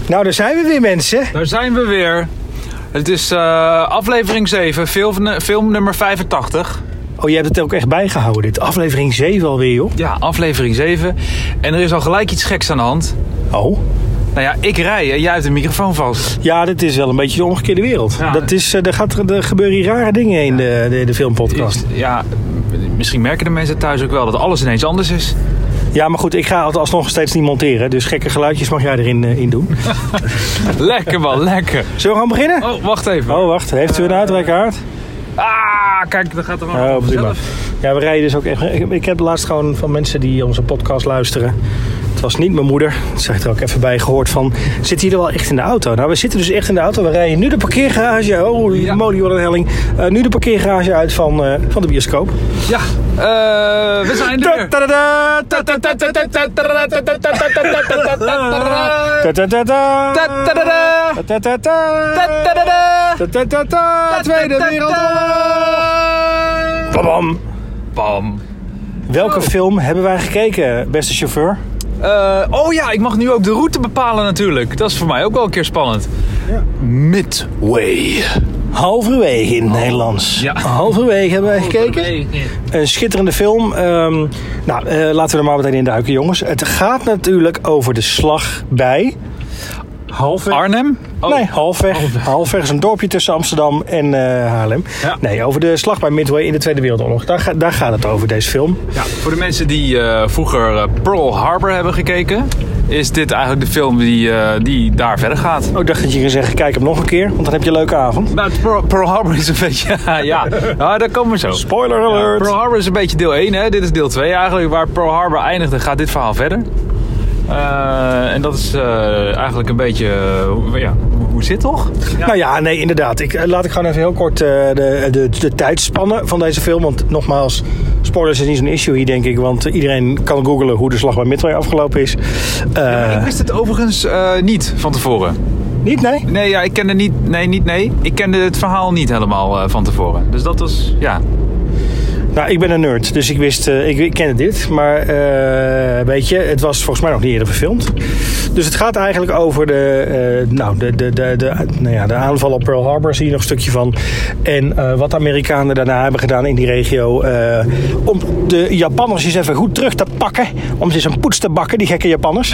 Nou, daar zijn we weer, mensen. Daar zijn we weer. Het is aflevering 7, film nummer 85. Oh, je hebt het ook echt bijgehouden, dit. Aflevering 7 alweer, joh. Ja, aflevering 7. En er is al gelijk iets geks aan de hand. Oh? Nou ja, ik rij en jij hebt de microfoon vast. Ja, dit is wel een beetje de omgekeerde wereld. Ja. Er gebeuren hier rare dingen in de filmpodcast. Ja, misschien merken de mensen thuis ook wel dat alles ineens anders is. Ja, maar goed, ik ga het alsnog steeds niet monteren. Dus gekke geluidjes mag jij erin in doen. Lekker man, lekker. Zullen we gaan beginnen? Oh, wacht even. Oh, wacht. Heeft u een uitreikkaart? Kijk, dat gaat er wel prima. Ja, we rijden dus ook echt. Ik heb laatst gewoon van mensen die onze podcast luisteren. Het was niet mijn moeder, dat zeg ik er ook even bij, gehoord van... Zitten jullie wel echt in de auto? Nou, we zitten dus echt in de auto. We rijden nu de parkeergarage... Oh, ja. Molie, wat een helling. Nu de parkeergarage uit van de bioscoop. Ja, we zijn er. Tweede Wereldoorlog. Bam. Bam. Welke film hebben wij gekeken, beste chauffeur? Oh ja, ik mag nu ook de route bepalen natuurlijk. Dat is voor mij ook wel een keer spannend. Ja. Midway. Halverwege in het Nederlands. Ja. Halverwege hebben wij gekeken. Een schitterende film. Laten we er maar meteen in duiken, jongens. Het gaat natuurlijk over de slag bij... Halfweg. Arnhem? Oh. Nee, Halfweg. Halfweg is een dorpje tussen Amsterdam en Haarlem. Ja. Nee, over de slag bij Midway in de Tweede Wereldoorlog. Daar gaat het over, deze film. Ja, voor de mensen die vroeger Pearl Harbor hebben gekeken... is dit eigenlijk de film die daar verder gaat. Oh, ik dacht dat je ging zeggen, kijk hem nog een keer, want dan heb je een leuke avond. Nou, Pearl Harbor is een beetje... ja, daar komen we zo. Spoiler alert! Ja, Pearl Harbor is een beetje deel 1, hè. Dit is deel 2 eigenlijk. Waar Pearl Harbor eindigde, gaat dit verhaal verder. En dat is eigenlijk een beetje... hoe zit het toch? Ja. Nou ja, nee, inderdaad. Laat ik gewoon even heel kort de tijdspannen van deze film. Want nogmaals, spoilers is niet zo'n issue hier, denk ik. Want iedereen kan googlen hoe de slag bij Midway afgelopen is. Maar ik wist het overigens niet van tevoren. Niet, nee? Nee, ja, ik kende niet... Nee. Ik kende het verhaal niet helemaal van tevoren. Dus dat was... Ja... Nou, ik ben een nerd, dus ik wist, ik kende dit. Maar weet je, het was volgens mij nog niet eerder verfilmd. Dus het gaat eigenlijk over de aanval op Pearl Harbor. Zie je nog een stukje van. En wat de Amerikanen daarna hebben gedaan in die regio. Om de Japanners eens even goed terug te pakken. Om ze eens een poets te bakken, die gekke Japanners.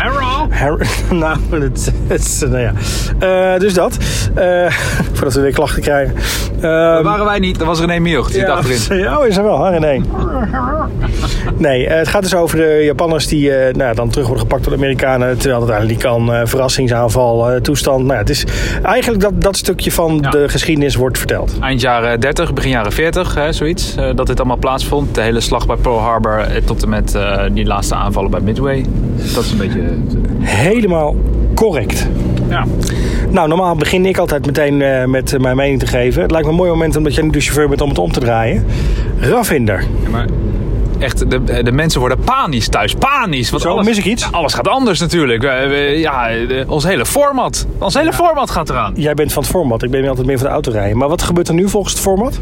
Dus dat. Voordat we weer klachten krijgen. Dat waren wij niet, dat was René Mioch. Die dacht erin. Ja, is er wel. René. Nee, het gaat dus over de Japanners die dan terug worden gepakt door de Amerikanen. Terwijl het eigenlijk niet kan. Verrassingsaanval, toestand. Nou, het is eigenlijk dat stukje van de geschiedenis wordt verteld. Eind jaren 30, begin jaren 40, zoiets. Dat dit allemaal plaatsvond. De hele slag bij Pearl Harbor tot en met die laatste aanvallen bij Midway. Dat is een beetje... Helemaal correct. Ja. Nou, normaal begin ik altijd meteen met mijn mening te geven. Het lijkt me een mooi moment omdat jij nu de chauffeur bent om het om te draaien. Ravinder. Ja, maar echt, de mensen worden panisch thuis. Panisch. Want zo, mis ik iets? Ja, alles gaat anders natuurlijk. Ons hele format. Ons hele format gaat eraan. Jij bent van het format. Ik ben altijd meer van de autorijden. Maar wat gebeurt er nu volgens het format?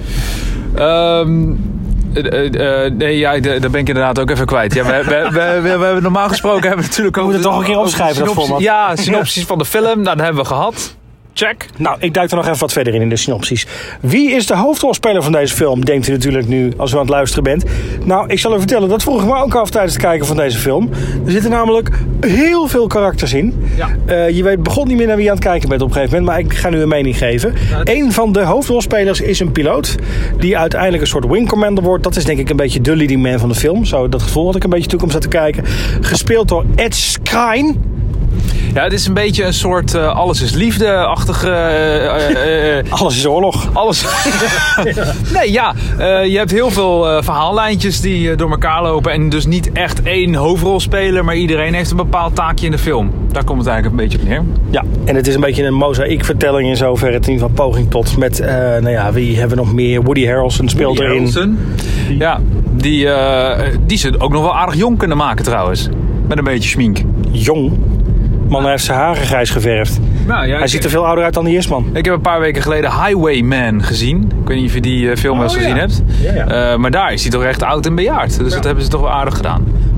Daar ben ik inderdaad ook even kwijt. Ja, we hebben normaal gesproken hebben we natuurlijk ook... We moeten het toch een keer opschrijven, dat format. Ja, synopsis van de film. Nou, dat hebben we gehad. Check. Nou, ik duik er nog even wat verder in de synopsis. Wie is de hoofdrolspeler van deze film? Denkt u natuurlijk nu als u aan het luisteren bent. Nou, ik zal u vertellen, dat vroeg ik me ook af tijdens het kijken van deze film. Er zitten namelijk heel veel karakters in. Ja. Je begon niet meer naar wie je aan het kijken bent op een gegeven moment. Maar ik ga nu een mening geven. Een van de hoofdrolspelers is een piloot. Die uiteindelijk een soort wing commander wordt. Dat is denk ik een beetje de leading man van de film. Zo, dat gevoel had ik een beetje toen ik hem zat te kijken. Gespeeld door Ed Skrein. Ja, het is een beetje een soort alles is liefde-achtige... alles is oorlog. Alles. Nee, ja. Je hebt heel veel verhaallijntjes die door elkaar lopen. En dus niet echt één hoofdrolspeler. Maar iedereen heeft een bepaald taakje in de film. Daar komt het eigenlijk een beetje op neer. Ja, en het is een beetje een mozaïekvertelling in zoverre. Het in ieder geval poging tot. Met, wie hebben we nog meer? Woody Harrelson speelt Woody erin. Harrelson. Ja, die ze ook nog wel aardig jong kunnen maken trouwens. Met een beetje schmink. Jong? Man, hij heeft zijn haren grijs geverfd. Nou, ja, hij ziet er veel ouder uit dan die is, man. Ik heb een paar weken geleden Highwayman gezien. Ik weet niet of je die film wel eens gezien hebt. Ja. Maar daar is hij toch echt oud en bejaard. Dus dat hebben ze toch wel aardig gedaan.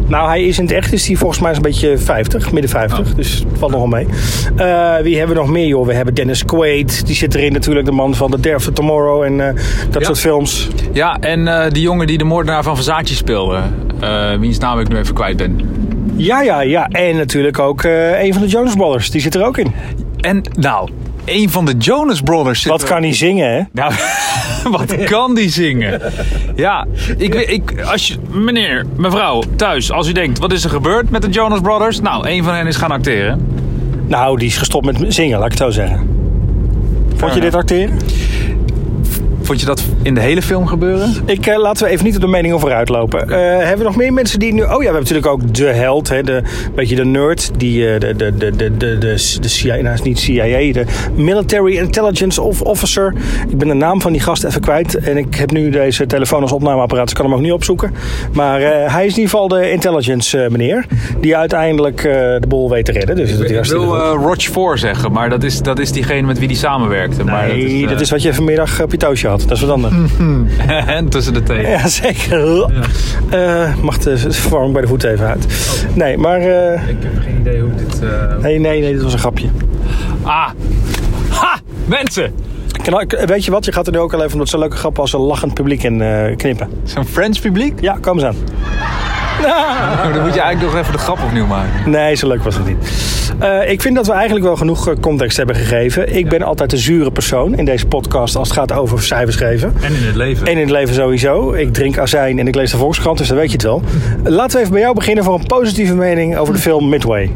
Nou, hij is in het echt is hij volgens mij een beetje 50, midden 50. Dus het valt nogal mee. Wie hebben we nog meer, joh? We hebben Dennis Quaid. Die zit erin natuurlijk, de man van The Day After Tomorrow en dat soort films. Ja, en die jongen die de moordenaar van Versace speelde. Wiens naam ik nu even kwijt ben. Ja. En natuurlijk ook een van de Jonas Brothers. Die zit er ook in. En nou, een van de Jonas Brothers zit Wat kan hij zingen, hè? Nou, wat kan die zingen? Ja, als je, meneer, mevrouw, thuis, als u denkt, wat is er gebeurd met de Jonas Brothers? Nou, een van hen is gaan acteren. Nou, die is gestopt met zingen, laat ik het zo zeggen. Vond je dit acteren? Vond je dat in de hele film gebeuren? Laten we even niet op de mening over uitlopen. Hebben we nog meer mensen die nu... Oh ja, we hebben natuurlijk ook de held, hè, beetje de nerd. Die, de CIA, nou is niet CIA, de Military Intelligence Officer. Ik ben de naam van die gast even kwijt. En ik heb nu deze telefoon als opnameapparaat, dus ik kan hem ook niet opzoeken. Maar hij is in ieder geval de intelligence meneer. Die uiteindelijk de boel weet te redden. Dus ik wil Rochefort zeggen, maar dat is diegene met wie die samenwerkte. Maar nee, dat is wat je vanmiddag op je toosje had. Dat is wat anders. En tussen de thee. Ja, zeker. Mag de verwarming bij de voet even uit. Oh. Nee, maar... Ik heb geen idee hoe dit... Nee, dit was een grapje. Ah! Ha! Mensen! Weet je wat? Je gaat er nu ook al even omdat het zo'n leuke grap als een lachend publiek in knippen. Zo'n French publiek? Ja, kom eens aan. Dan moet je eigenlijk nog even de grap opnieuw maken. Nee, zo leuk was het niet. Ik vind dat we eigenlijk wel genoeg context hebben gegeven. Ik ben altijd de zure persoon in deze podcast als het gaat over cijfers geven. En in het leven. En in het leven sowieso. Ik drink azijn en ik lees de Volkskrant, dus dan weet je het wel. Laten we even bij jou beginnen voor een positieve mening over de film Midway.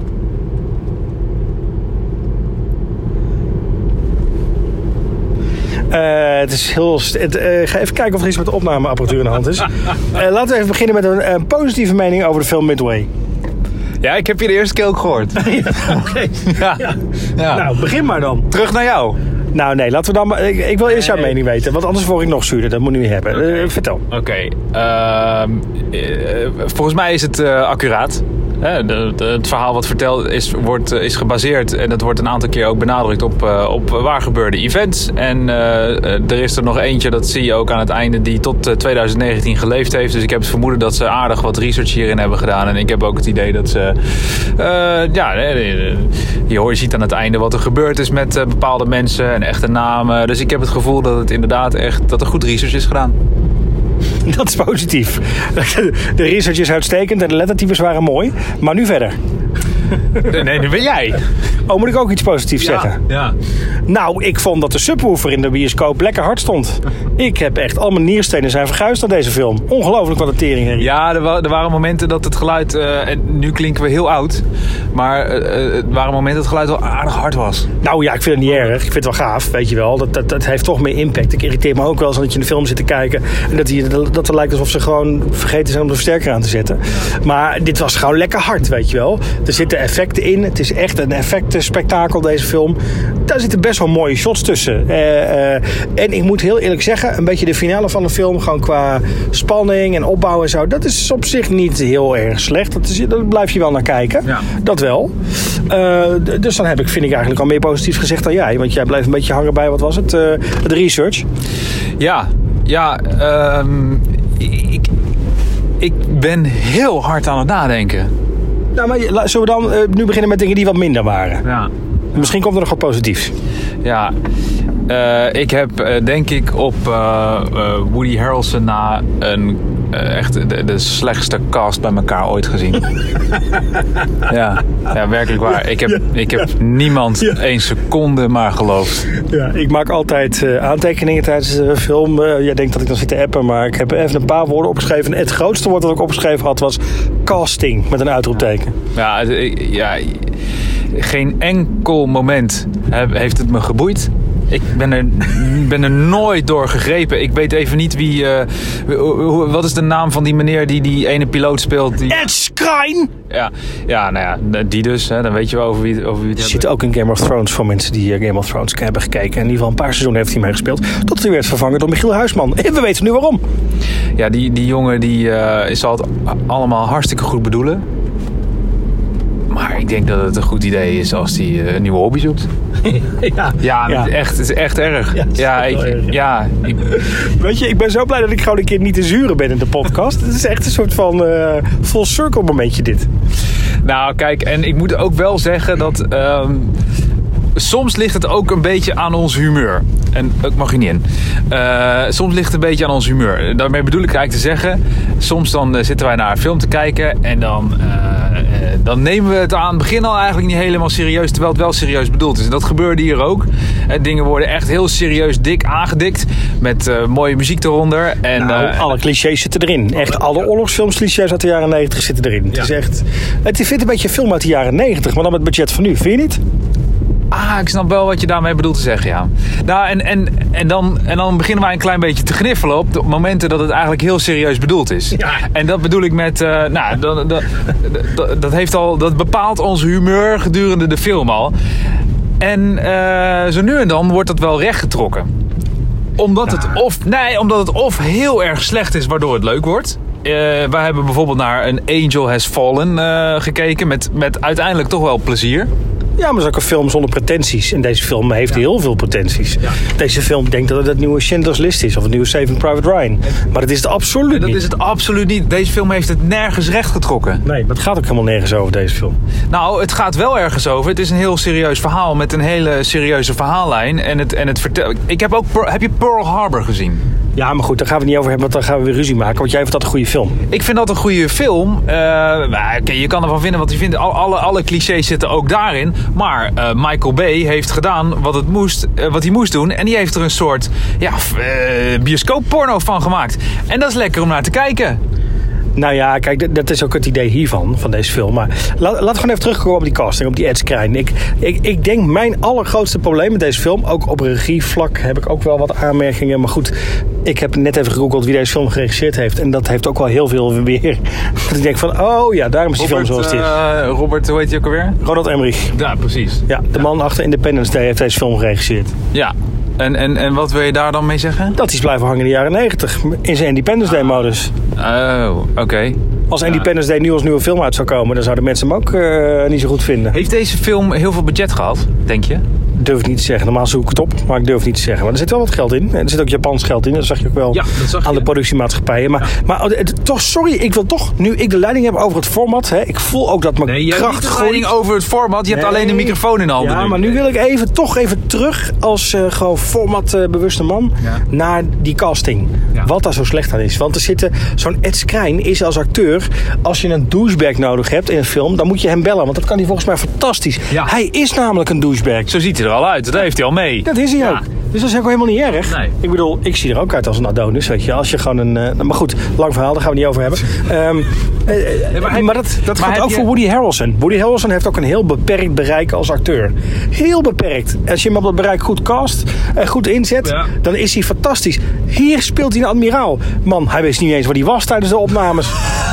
Het is heel... ga even kijken of er iets met de opnameapparatuur in de hand is. Laten we even beginnen met een positieve mening over de film Midway. Ja, ik heb je de eerste keer ook gehoord. Oké. Ja. Nou, begin maar dan. Terug naar jou. Nou nee, laten we dan maar... Ik wil eerst jouw mening weten, want anders word ik nog zuurder. Dat moet je niet hebben. Okay. Vertel. Oké. Volgens mij is het accuraat. Het verhaal wat verteld is gebaseerd, en dat wordt een aantal keer ook benadrukt, op waar gebeurde events. En er is er nog eentje, dat zie je ook aan het einde, die tot 2019 geleefd heeft. Dus ik heb het vermoeden dat ze aardig wat research hierin hebben gedaan. En ik heb ook het idee dat ze... je ziet aan het einde wat er gebeurd is met bepaalde mensen en echte namen. Dus ik heb het gevoel dat het inderdaad echt, dat er goed research is gedaan. Dat is positief. De research is uitstekend en de lettertypes waren mooi. Maar nu verder. Nee, nu ben jij. Oh, moet ik ook iets positiefs zeggen? Ja. Nou, ik vond dat de subwoofer in de bioscoop lekker hard stond. Ik heb echt... Al mijn nierstenen zijn verguisd naar deze film. Ongelooflijk wat een tering, Harry. Ja, er waren momenten dat het geluid... en nu klinken we heel oud. Maar er waren momenten dat het geluid wel aardig hard was. Nou ja, ik vind het niet erg. Ik vind het wel gaaf, weet je wel. Dat heeft toch meer impact. Ik irriteer me ook wel eens dat je in de film zit te kijken. En dat het lijkt alsof ze gewoon vergeten zijn om de versterker aan te zetten. Maar dit was gewoon lekker hard, weet je wel. Er zitten effecten in. Het is echt een effectenspektakel, deze film. Daar zitten best wel mooie shots tussen. En ik moet heel eerlijk zeggen, een beetje de finale van de film, gewoon qua spanning en opbouw en zo, dat is op zich niet heel erg slecht. Dat blijf je wel naar kijken. Ja. Dat wel. Dus dan vind ik eigenlijk al meer positief gezegd dan jij. Want jij blijft een beetje hangen bij, wat was het? De research. Ja. Ik ben heel hard aan het nadenken. Nou, maar zullen we dan nu beginnen met dingen die wat minder waren? Ja. Misschien komt er nog wat positiefs. Ja, ik heb denk ik op Woody Harrelson na echt de slechtste cast bij elkaar ooit gezien. Ja, werkelijk waar. Ik heb niemand 1 seconde maar geloofd. Ja, ik maak altijd aantekeningen tijdens de film. Jij denkt dat ik dan zit te appen, maar ik heb even een paar woorden opgeschreven. Het grootste woord dat ik opgeschreven had was casting, met een uitroepteken. Ja, geen enkel moment heeft het me geboeid. Ik ben er nooit door gegrepen. Ik weet even niet wie... wat is de naam van die meneer die ene piloot speelt? Ed Skrein! Ja, nou ja, die dus. Hè, dan weet je wel over wie het zit ook in Game of Thrones voor mensen die Game of Thrones hebben gekeken. In ieder geval een paar seizoenen heeft hij meegespeeld. Tot hij werd vervangen door Michiel Huisman. En we weten nu waarom. Ja, die jongen die zal het allemaal hartstikke goed bedoelen. Maar ik denk dat het een goed idee is als hij een nieuwe hobby zoekt. Het is echt erg. Weet je, ik ben zo blij dat ik gewoon een keer niet te zuren ben in de podcast. Het is echt een soort van full circle momentje dit. Nou, kijk, en ik moet ook wel zeggen dat soms ligt het ook een beetje aan ons humeur. En ik mag je niet in. Soms ligt het een beetje aan ons humeur. Daarmee bedoel ik eigenlijk te zeggen, soms dan zitten wij naar een film te kijken en dan nemen we het aan het begin al eigenlijk niet helemaal serieus, terwijl het wel serieus bedoeld is. En dat gebeurde hier ook. Dingen worden echt heel serieus dik aangedikt met mooie muziek eronder. En, alle clichés zitten erin. Echt alle oorlogsfilms clichés uit de jaren 90 zitten erin. Ja. Het is een beetje een film uit de jaren 90, maar dan met het budget van nu. Vind je niet? Ik snap wel wat je daarmee bedoelt te zeggen, ja. Nou, en dan beginnen wij een klein beetje te gniffelen op de momenten dat het eigenlijk heel serieus bedoeld is. Ja. En dat bedoel ik met, dat bepaalt ons humeur gedurende de film al. En zo nu en dan wordt dat wel rechtgetrokken. Omdat het of heel erg slecht is, waardoor het leuk wordt. Wij hebben bijvoorbeeld naar An Angel Has Fallen gekeken met uiteindelijk toch wel plezier. Ja, maar het is ook een film zonder pretenties. En deze film heeft heel veel pretenties. Ja. Deze film denkt dat het het nieuwe Schindler's List is. Of het nieuwe Saving Private Ryan. Maar dat is het absoluut niet. Dat is het absoluut niet. Deze film heeft het nergens rechtgetrokken. Nee, maar het gaat ook helemaal nergens over, deze film. Nou, het gaat wel ergens over. Het is een heel serieus verhaal met een hele serieuze verhaallijn. Heb je Pearl Harbor gezien? Ja, maar goed, daar gaan we het niet over hebben, want dan gaan we weer ruzie maken. Want jij vindt dat een goede film. Ik vind dat een goede film. Je kan ervan vinden wat je vindt. Alle clichés zitten ook daarin. Maar Michael Bay heeft gedaan wat hij moest doen. En die heeft er een soort bioscoopporno van gemaakt. En dat is lekker om naar te kijken. Nou ja, kijk, dat is ook het idee hiervan, van deze film. Maar laten we gewoon even terugkomen op die casting, op die Ed Skrein. Ik denk mijn allergrootste probleem met deze film, ook op regievlak heb ik ook wel wat aanmerkingen. Maar goed, ik heb net even gegoogeld wie deze film geregisseerd heeft. En dat heeft ook wel heel veel weer. Dat ik denk van, daarom is die film zoals het is. Robert, hoe heet hij ook alweer? Ronald Emmerich. Ja, precies. Ja, de man achter Independence Day heeft deze film geregisseerd. Ja. En wat wil je daar dan mee zeggen? Dat hij is blijven hangen in de jaren 90. In zijn Independence Day modus. Oh, oké. Als Independence Day nu als nieuwe film uit zou komen, dan zouden mensen hem ook niet zo goed vinden. Heeft deze film heel veel budget gehad, denk je? Durf ik niet te zeggen. Normaal zoek ik het op, maar ik durf niet te zeggen. Maar er zit wel wat geld in. En er zit ook Japans geld in. Dat zag je ook wel aan de productiemaatschappijen. Maar toch, sorry, ik wil toch, nu ik de leiding heb over het format. Hè, ik voel ook dat mijn kracht hebt niet de leiding over het format. Je hebt alleen de microfoon in de handen. Ja, maar nu wil ik toch even terug als gewoon formatbewuste man naar die casting. Ja. Wat daar zo slecht aan is. Want er zitten, zo'n Ed Skrein is als acteur, als je een douchebag nodig hebt in een film, dan moet je hem bellen. Want dat kan hij volgens mij fantastisch. Ja. Hij is namelijk een douchebag. Zo ziet hij er al uit. Dat heeft hij al mee. Dat is hij ook. Dus dat is ook helemaal niet erg. Nee. Ik bedoel, ik zie er ook uit als een Adonis, weet je. Als je gewoon een... maar goed, lang verhaal, daar gaan we niet over hebben. Maar dat gaat ook voor Woody Harrelson. Woody Harrelson heeft ook een heel beperkt bereik als acteur. Heel beperkt. Als je hem op dat bereik goed cast en goed inzet, dan is hij fantastisch. Hier speelt hij een admiraal. Man, hij wist niet eens waar hij was tijdens de opnames.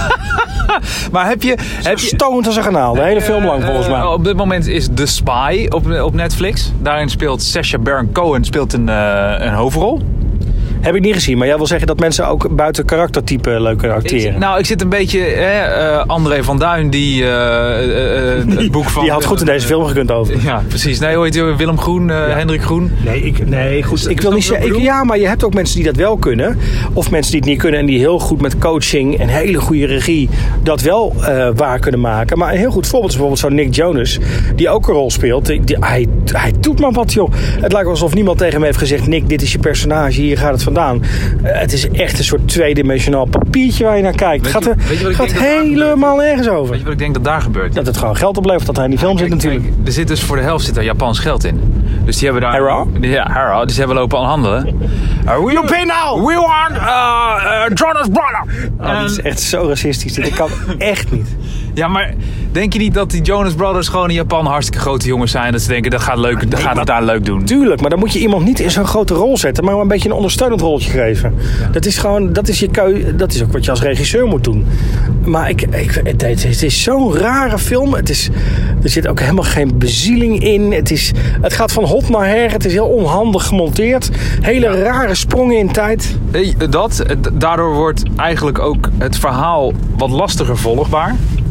Maar heb je stoned als een kanaal, de hele film lang volgens mij. Op dit moment is The Spy op Netflix. Daarin speelt Sacha Baron Cohen een hoofdrol. Heb ik niet gezien, maar jij wil zeggen dat mensen ook buiten karaktertype leuk kunnen acteren. Ik zit een beetje... André van Duin, die het boek van... Die had goed in deze film gekund over. Ja, precies. Nee, hoe heet hij? Willem Groen, Hendrik Groen. Nee, goed. Ik wil niet zeggen... Ja, maar je hebt ook mensen die dat wel kunnen. Of mensen die het niet kunnen en die heel goed met coaching en hele goede regie dat wel waar kunnen maken. Maar een heel goed voorbeeld is bijvoorbeeld zo'n Nick Jonas, die ook een rol speelt. Hij doet maar wat, joh. Het lijkt alsof niemand tegen hem heeft gezegd, Nick, dit is je personage, hier gaat het vandaan. Het is echt een soort tweedimensionaal papiertje waar je naar kijkt. Het gaat helemaal nergens over. Weet je wat ik denk dat daar gebeurt? Dat het gewoon geld oplevert dat hij in die film zit natuurlijk. Kijk, er zit dus voor de helft Japans geld in. Dus die hebben daar... Hera? Ja, Hera. Dus ze hebben lopen aan handelen. You pay now! We want Jonas Brother! Dit is echt zo racistisch. Dit kan echt niet. Ja, maar denk je niet dat die Jonas Brothers gewoon in Japan hartstikke grote jongens zijn? Dat ze denken, dat gaat het daar leuk doen. Tuurlijk, maar dan moet je iemand niet in zo'n grote rol zetten, maar een beetje een ondersteunend rolletje geven. Ja. Dat is gewoon, dat is je keuze. Dat is ook wat je als regisseur moet doen. Maar het is zo'n rare film. Er zit ook helemaal geen bezieling in. Het gaat van hot naar her. Het is heel onhandig gemonteerd. Hele rare sprongen in tijd. Daardoor wordt eigenlijk ook het verhaal wat lastiger volgbaar.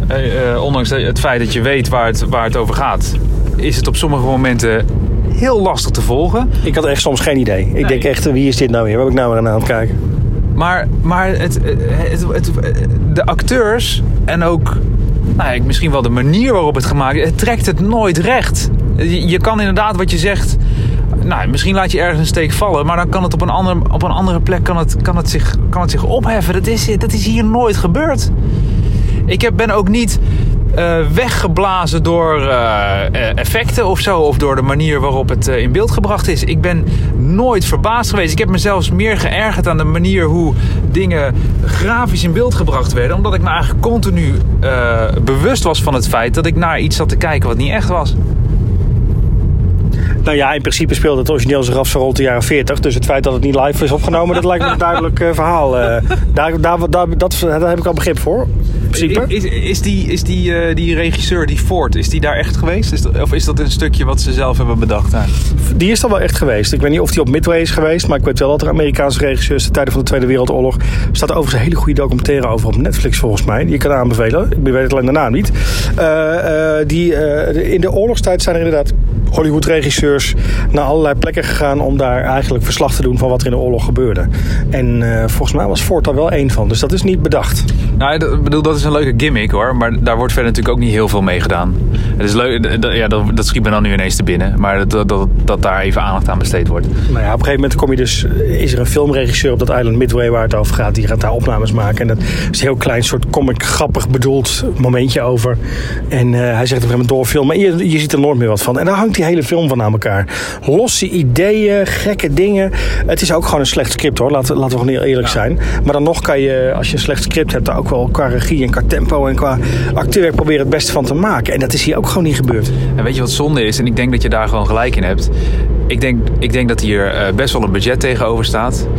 ondanks het feit dat je weet waar het over gaat, is het op sommige momenten heel lastig te volgen. Ik had echt soms geen idee. Ik denk echt, wie is dit nou weer? Waar heb ik nou weer aan het kijken? Maar de acteurs en ook misschien wel de manier waarop het gemaakt is, het trekt het nooit recht. Je kan inderdaad wat je zegt, misschien laat je ergens een steek vallen, maar dan kan het op een andere plek kan het zich opheffen. Dat is hier nooit gebeurd. Ik ben ook niet weggeblazen door effecten of zo, of door de manier waarop het in beeld gebracht is. Ik ben nooit verbaasd geweest. Ik heb me zelfs meer geërgerd aan de manier hoe dingen grafisch in beeld gebracht werden, omdat ik me eigenlijk continu bewust was van het feit dat ik naar iets zat te kijken wat niet echt was. Nou ja, in principe speelde het origineel zich af zo rond de jaren 40. Dus het feit dat het niet live is opgenomen, dat lijkt me een duidelijk verhaal. Daar heb ik al begrip voor. In principe. Is die regisseur, die Ford, is die daar echt geweest? Of is dat een stukje wat ze zelf hebben bedacht daar? Die is dan wel echt geweest. Ik weet niet of die op Midway is geweest, maar ik weet wel dat er Amerikaanse regisseurs ten tijde van de Tweede Wereldoorlog. Er staat overigens een hele goede documentaire over op Netflix volgens mij. Die je kan aanbevelen. Ik weet het alleen de naam niet. In de oorlogstijd zijn er inderdaad Hollywood-regisseurs naar allerlei plekken gegaan om daar eigenlijk verslag te doen van wat er in de oorlog gebeurde. En volgens mij was Ford daar wel één van. Dus dat is niet bedacht. Dat is een leuke gimmick hoor. Maar daar wordt verder natuurlijk ook niet heel veel mee gedaan. Het is leuk, dat schiet me dan nu ineens te binnen. Maar dat daar even aandacht aan besteed wordt. Nou ja, op een gegeven moment is er een filmregisseur op dat eiland Midway waar het over gaat. Die gaat daar opnames maken. En dat is een heel klein soort comic grappig bedoeld momentje over. En hij zegt op een gegeven moment doorfilmen. Maar je ziet er nooit meer wat van. En daar hangt die hele film van aan elkaar. Losse ideeën, gekke dingen. Het is ook gewoon een slecht script hoor. Laten we gewoon heel eerlijk zijn. Maar dan nog kan je, als je een slecht script hebt, daar ook wel qua regie en qua tempo en qua acteurwerk proberen het beste van te maken. En dat is hier ook gewoon niet gebeurd. En weet je wat zonde is? En ik denk dat je daar gewoon gelijk in hebt. Ik denk dat hier best wel een budget tegenover staat.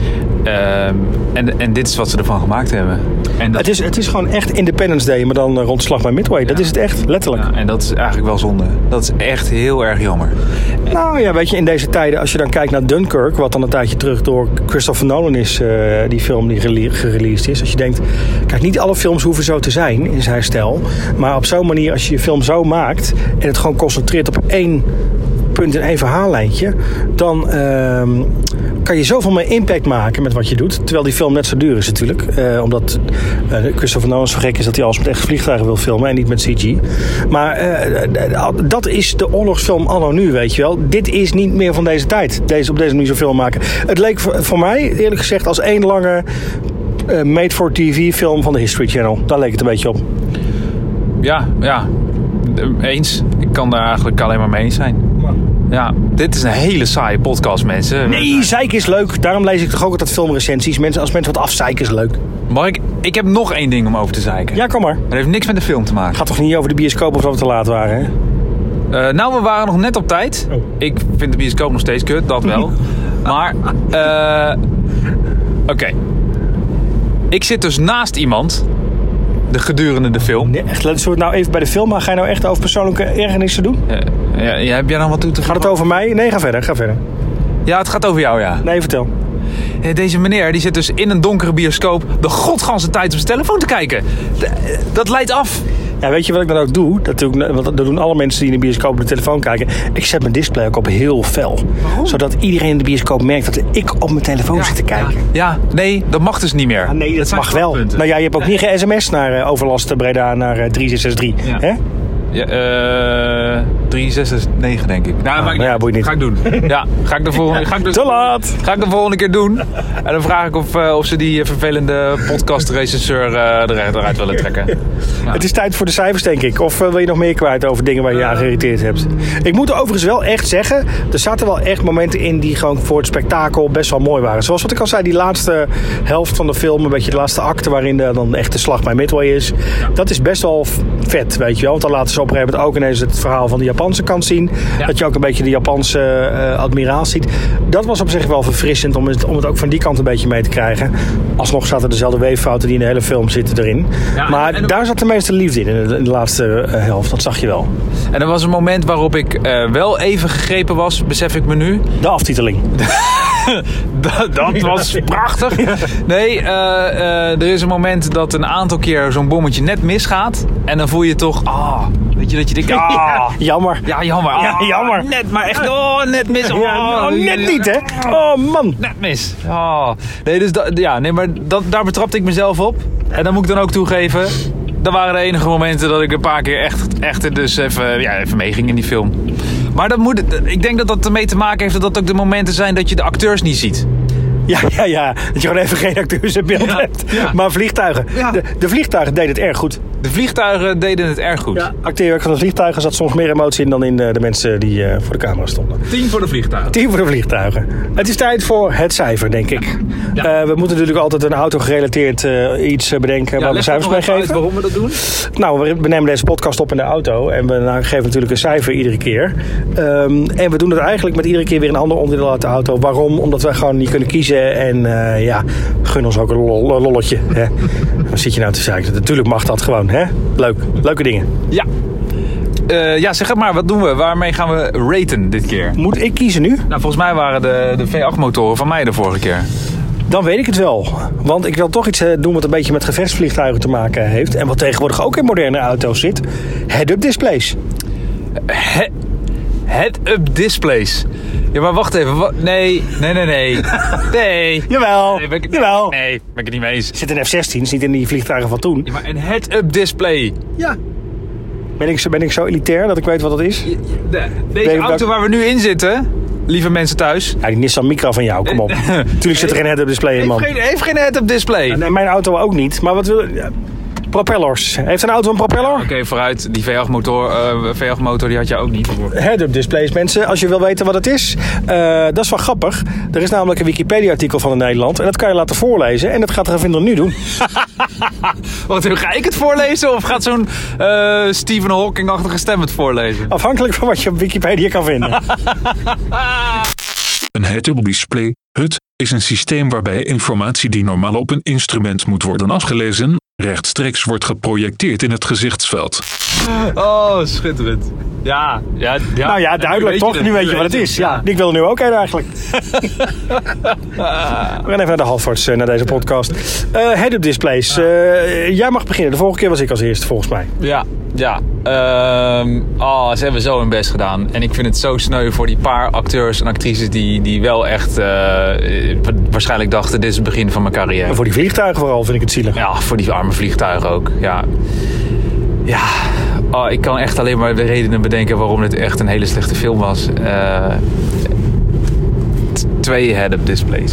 En dit is wat ze ervan gemaakt hebben. En het is gewoon echt Independence Day, maar dan rond Slag bij Midway. Dat is het echt, letterlijk. Ja, en dat is eigenlijk wel zonde. Dat is echt heel erg jammer. Nou ja, weet je, in deze tijden, als je dan kijkt naar Dunkirk, wat dan een tijdje terug door Christopher Nolan is, die film die gereleased is. Als je denkt, kijk, niet alle films hoeven zo te zijn in zijn stijl. Maar op zo'n manier, als je je film zo maakt en het gewoon concentreert op één punt in één verhaallijntje, dan kan je zoveel meer impact maken met wat je doet. Terwijl die film net zo duur is natuurlijk. Omdat Christopher Nolan zo gek is dat hij alles met echt vliegtuigen wil filmen en niet met CG. Maar dat is de oorlogsfilm anno nu, weet je wel. Dit is niet meer van deze tijd. Op deze manier zo'n film maken. Het leek voor mij, eerlijk gezegd, als één lange made-for-TV film van de History Channel. Daar leek het een beetje op. Ja. Eens. Ik kan daar eigenlijk alleen maar mee eens zijn. Ja, dit is een hele saaie podcast, mensen. Nee, zeiken is leuk. Daarom lees ik toch ook altijd filmrecensies. Als mensen wat afzeiken is leuk. Mark, ik heb nog één ding om over te zeiken. Ja, kom maar. Het heeft niks met de film te maken. Het gaat toch niet over de bioscoop of dat we te laat waren, hè? We waren nog net op tijd. Oh. Ik vind de bioscoop nog steeds kut, dat wel. Maar, oké. Ik zit dus naast iemand gedurende de film. Nee, echt, zullen we het nou even bij de film, maar ga je nou echt over persoonlijke ergernissen doen? Heb jij nog wat toe te Gaat het over mij? Nee, ga verder. Ja, het gaat over jou, ja. Nee, vertel. Deze meneer die zit dus in een donkere bioscoop de godganse tijd op zijn telefoon te kijken. Dat leidt af. Ja, weet je wat ik dan ook doe? Dat doen alle mensen die in de bioscoop op de telefoon kijken. Ik zet mijn display ook op heel fel. Waarom? Zodat iedereen in de bioscoop merkt dat ik op mijn telefoon zit te kijken. Ja, nee, dat mag dus niet meer. Ah, nee, dat mag wel. Nou ja, je hebt ook niet ge-sms naar Overlast Breda naar 3663. Ja. Hè? Ja, 369 denk ik. Boeit niet. Ga ik doen. Ja, Te laat! Ga ik de volgende keer doen. En dan vraag ik of ze die vervelende podcast-regisseur eruit willen trekken. Ja. Het is tijd voor de cijfers, denk ik. Of wil je nog meer kwijt over dingen waar je aan geïrriteerd hebt? Ik moet overigens wel echt zeggen, er zaten wel echt momenten in die gewoon voor het spektakel best wel mooi waren. Zoals wat ik al zei, die laatste helft van de film, een beetje de laatste acte waarin dan echt de slag bij Midway is. Ja. Dat is best wel vet, weet je wel. Want dan laten ze op een gegeven moment ook ineens het verhaal van de Japanse kant zien. Ja. Dat je ook een beetje de Japanse admiraal ziet. Dat was op zich wel verfrissend om het ook van die kant een beetje mee te krijgen. Alsnog zaten dezelfde weeffouten die in de hele film zitten erin. Ja, maar daar zat de meeste liefde in de laatste helft. Dat zag je wel. En er was een moment waarop ik wel even gegrepen was, besef ik me nu. De aftiteling. Dat was prachtig. Nee, er is een moment dat een aantal keer zo'n bommetje net misgaat. En dan voel je toch... weet je dat je denkt... jammer. Ja, jammer. Ja, jammer. Net, maar echt... net mis. Net niet, hè? Oh, man. Net mis. Nee, dus maar daar betrapte ik mezelf op. En dan moet ik dan ook toegeven... Dat waren de enige momenten dat ik een paar keer echt dus even meeging in die film. Maar ik denk dat dat ermee te maken heeft dat ook de momenten zijn dat je de acteurs niet ziet. Ja. Dat je gewoon even geen acteurs in beeld hebt. Ja. Maar vliegtuigen. Ja. De vliegtuigen deden het erg goed. De vliegtuigen deden het erg goed. Ja, acteerwerk van de vliegtuigen zat soms meer emotie in dan in de mensen die voor de camera stonden. 10 voor de vliegtuigen. 10 voor de vliegtuigen. Het is tijd voor het cijfer, denk ik. Ja. We moeten natuurlijk altijd een auto-gerelateerd iets bedenken waar we cijfers mee geven. Waarom we dat doen? Nou, we nemen deze podcast op in de auto en we geven natuurlijk een cijfer iedere keer. En we doen het eigenlijk met iedere keer weer een ander onderdeel uit de auto. Waarom? Omdat wij gewoon niet kunnen kiezen en gun ons ook een lolletje. Hè? Wat zit je nou te zeiken? Natuurlijk mag dat gewoon. Hè? Leuk. Leuke dingen. Ja, zeg het maar. Wat doen we? Waarmee gaan we raten dit keer? Moet ik kiezen nu? Nou, volgens mij waren de V8-motoren van mij de vorige keer. Dan weet ik het wel. Want ik wil toch iets doen wat een beetje met gevechtsvliegtuigen te maken heeft. En wat tegenwoordig ook in moderne auto's zit. Head-up displays. Head-up displays. Ja, maar wacht even. Nee. Jawel. Jawel. Nee, ben ik het niet mee eens. Er zit een F-16's, niet in die vliegtuigen van toen. Ja, maar een head-up display. Ja. Ben ik zo elitair dat ik weet wat dat is? Deze auto waar we nu in zitten, lieve mensen thuis. Ja, die Nissan Micra van jou, kom op. Tuurlijk zit er geen head-up display in, man. Heeft geen head-up display. Nee, mijn auto ook niet. Maar wat wil... Propellers. Heeft een auto een propeller? Oké, vooruit. Die V8-motor die had je ook niet. Head-up displays, mensen. Als je wil weten wat het is. Dat is wel grappig. Er is namelijk een Wikipedia-artikel van in Nederland. En dat kan je laten voorlezen. En dat gaat Ravinder nu doen. Wat, ga ik het voorlezen? Of gaat zo'n Stephen Hawking-achtige stem het voorlezen? Afhankelijk van wat je op Wikipedia kan vinden. Een head-up display, HUD, is een systeem waarbij informatie die normaal op een instrument moet worden afgelezen, rechtstreeks wordt geprojecteerd in het gezichtsveld. Oh, schitterend. Ja. Nou ja, duidelijk toch? Nu weet je wat het is. Ja, ik wil er nu ook heen eigenlijk. We gaan even naar de Halfords, naar deze podcast. Head-up displays. Jij mag beginnen. De vorige keer was ik als eerste, volgens mij. Ja. Ze hebben zo hun best gedaan. En ik vind het zo sneu voor die paar acteurs en actrices die wel echt waarschijnlijk dachten, dit is het begin van mijn carrière. En voor die vliegtuigen vooral vind ik het zielig. Ja, voor die arme vliegtuigen ook. Ja. Ik kan echt alleen maar de redenen bedenken waarom dit echt een hele slechte film was. 2 head-up displays.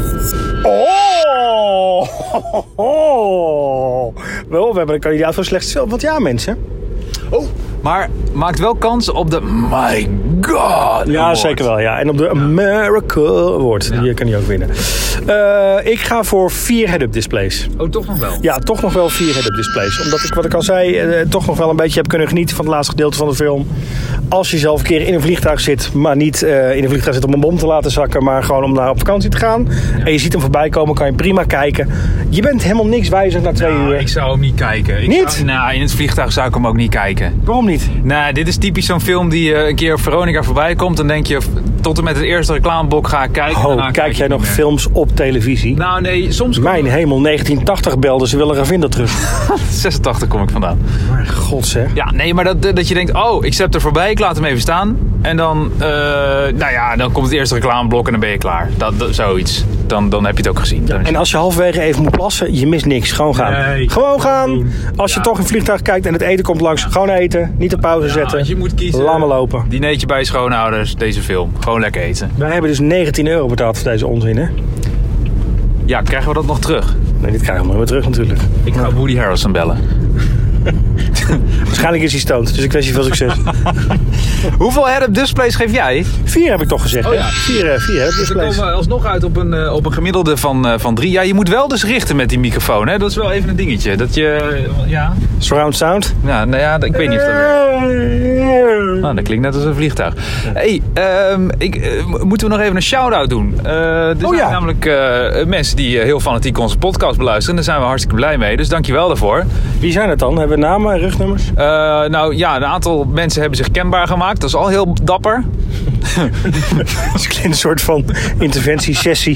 Wel, we hebben een kandidaat voor slechtste film. Want ja, mensen. Maar maakt wel kans op de My God Ja, award. Zeker wel. Ja. En op de America Award. Ja. Die kan hij ook winnen. Ik ga voor 4 head-up displays. Oh, toch nog wel? Ja, toch nog wel 4 head-up displays. Omdat ik, wat ik al zei, toch nog wel een beetje heb kunnen genieten van het laatste gedeelte van de film. Als je zelf een keer in een vliegtuig zit, maar niet in een vliegtuig zit om een bom te laten zakken, maar gewoon om naar op vakantie te gaan. Ja. En je ziet hem voorbij komen, kan je prima kijken. Je bent helemaal niks wijzer na 2 uur. Ik zou hem niet kijken. In het vliegtuig zou ik hem ook niet kijken. Waarom niet? Nou, dit is typisch zo'n film die een keer op Veronica voorbij komt. Dan denk je, tot en met het eerste reclameblok ga ik kijken. Kijk jij nog films op televisie? Nou nee, soms... Mijn hemel, 1980 belden, ze willen Ravinder terug. 86 kom ik vandaan. Maar god zeg. Ja, nee, maar dat je denkt, ik step er voorbij, ik laat hem even staan. En dan, dan komt het eerste reclameblok en dan ben je klaar. Zoiets. Dan heb je het ook gezien. Ja, en als je halverwege even moet plassen, je mist niks. Gewoon gaan. Nee, gewoon gaan. Als je toch in het vliegtuig kijkt en het eten komt langs, gewoon eten. Niet op pauze zetten. Je moet kiezen. Laat maar lopen. Dinertje bij je schoonouders, deze film. Gewoon lekker eten. Wij hebben dus €19 betaald voor deze onzin, hè? Ja, krijgen we dat nog terug? Nee, dit krijgen we nog weer terug natuurlijk. Ik ga Woody Harrelson bellen. Waarschijnlijk is hij stoned, dus ik wens je veel succes. Hoeveel head-up displays geef jij? 4 heb ik toch gezegd. Oh ja, 4 head-up displays. We komen alsnog uit op een gemiddelde van 3. Ja, je moet wel dus richten met die microfoon, hè? Dat is wel even een dingetje. Dat je, ja... Surround sound? Ja, nou ja, ik weet niet of dat... Nou, dat klinkt net als een vliegtuig. Hey, moeten we nog even een shout-out doen? Er zijn namelijk mensen die heel fanatiek onze podcast beluisteren. Daar zijn we hartstikke blij mee, dus dankjewel daarvoor. Wie zijn het dan? Hebben we namen en rugnummers? Een aantal mensen hebben zich kenbaar gemaakt. Dat is al heel dapper. Dat is een soort van interventiesessie.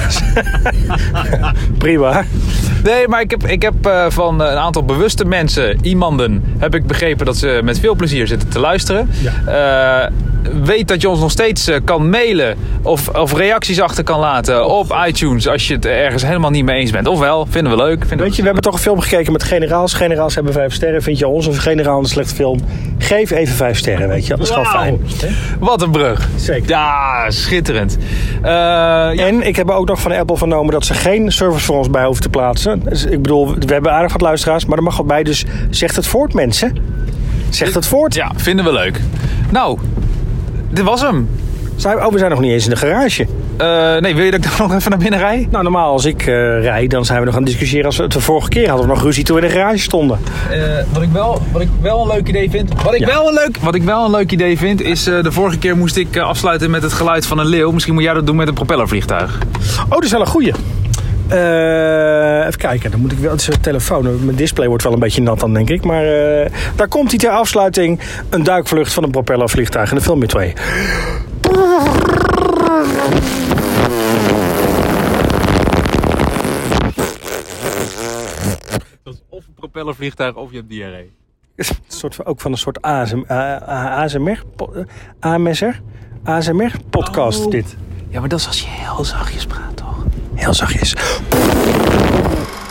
Prima. Nee, maar ik heb van een aantal bewuste mensen, iemanden, heb ik begrepen dat ze met veel plezier zitten te luisteren. Ja. Weet dat je ons nog steeds kan mailen of reacties achter kan laten op iTunes als je het ergens helemaal niet mee eens bent. Ofwel, vinden we leuk. Weet je, we hebben toch een film gekeken met generaals. Generaals hebben 5 sterren. Vind je ons een generaal een slechte film? Geef even 5 sterren, weet je. Dat is gewoon fijn. Wat een brug. Zeker. Ja, schitterend. En ik heb ook nog van Apple vernomen dat ze geen service voor ons bij hoeven te plaatsen. Dus ik bedoel, we hebben aardig wat luisteraars, maar er mag wat bij. Dus zegt het voort, mensen. Zegt het voort. Ja, vinden we leuk. Nou, dit was hem. We zijn nog niet eens in de garage. Nee, wil je dat ik dan nog even naar binnen rij? Nou, normaal als ik rijd, dan zijn we nog aan het discussiëren. Als we het de vorige keer hadden we nog ruzie toen we in de garage stonden. Wat ik wel een leuk idee vind. Wat ik wel een leuk idee vind is, de vorige keer moest ik afsluiten met het geluid van een leeuw. Misschien moet jij dat doen met een propellervliegtuig. Oh, dat is wel een goeie. Even kijken, dan moet ik wel. Het is een telefoon. Mijn display wordt wel een beetje nat dan, denk ik. Maar daar komt hij ter afsluiting. Een duikvlucht van een propellervliegtuig in de film 2. Dat is of een propellervliegtuig of je hebt diarree. Ook van een soort ASMR podcast, dit. Ja, maar dat is als je heel zachtjes praat, toch? Heel zachtjes.